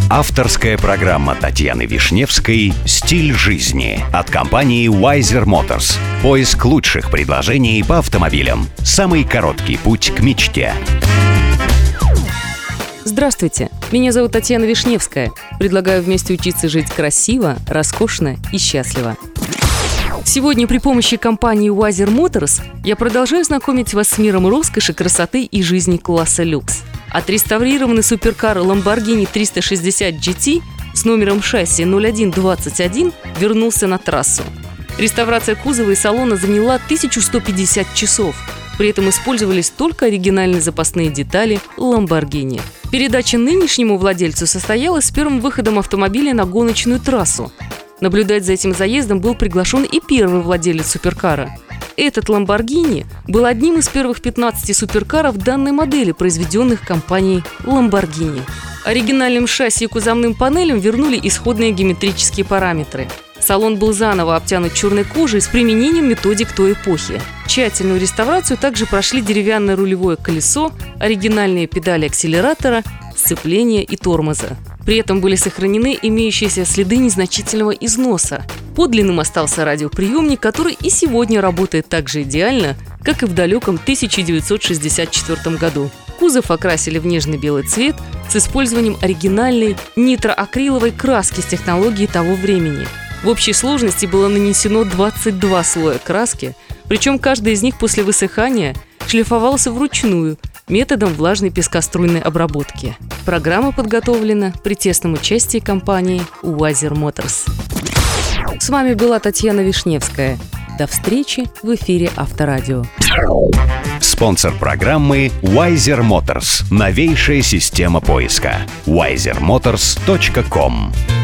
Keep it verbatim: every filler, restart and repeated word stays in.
Авторская программа Татьяны Вишневской «Стиль жизни» от компании Wiser Motors. Поиск лучших предложений по автомобилям. Самый короткий путь к мечте. Здравствуйте, меня зовут Татьяна Вишневская. Предлагаю вместе учиться жить красиво, роскошно и счастливо. Сегодня при помощи компании Wiser Motors я продолжаю знакомить вас с миром роскоши, красоты и жизни класса люкс. Отреставрированный суперкар Lamborghini триста шестьдесят джи ти с номером шасси ноль один двадцать один вернулся на трассу. Реставрация кузова и салона заняла тысячу сто пятьдесят часов. При этом использовались только оригинальные запасные детали Lamborghini. Передача нынешнему владельцу состоялась с первым выходом автомобиля на гоночную трассу. Наблюдать за этим заездом был приглашен и первый владелец суперкара. Этот Lamborghini был одним из первых пятнадцати суперкаров данной модели, произведенных компанией Lamborghini. Оригинальным шасси и кузовным панелям вернули исходные геометрические параметры. Салон был заново обтянут черной кожей с применением методик той эпохи. Тщательную реставрацию также прошли деревянное рулевое колесо, оригинальные педали акселератора, сцепления и тормоза. При этом были сохранены имеющиеся следы незначительного износа. Подлинным остался радиоприемник, который и сегодня работает так же идеально, как и в далеком тысяча девятьсот шестьдесят четвёртом году. Кузов окрасили в нежный белый цвет с использованием оригинальной нитроакриловой краски с технологией того времени. В общей сложности было нанесено двадцать два слоя краски, причем каждый из них после высыхания шлифовался вручную методом влажной пескоструйной обработки. Программа подготовлена при тесном участии компании Wiser Motors. С вами была Татьяна Вишневская. До встречи в эфире Авторадио. Спонсор программы Wiser Motors. Новейшая система поиска. вайзер моторс точка ком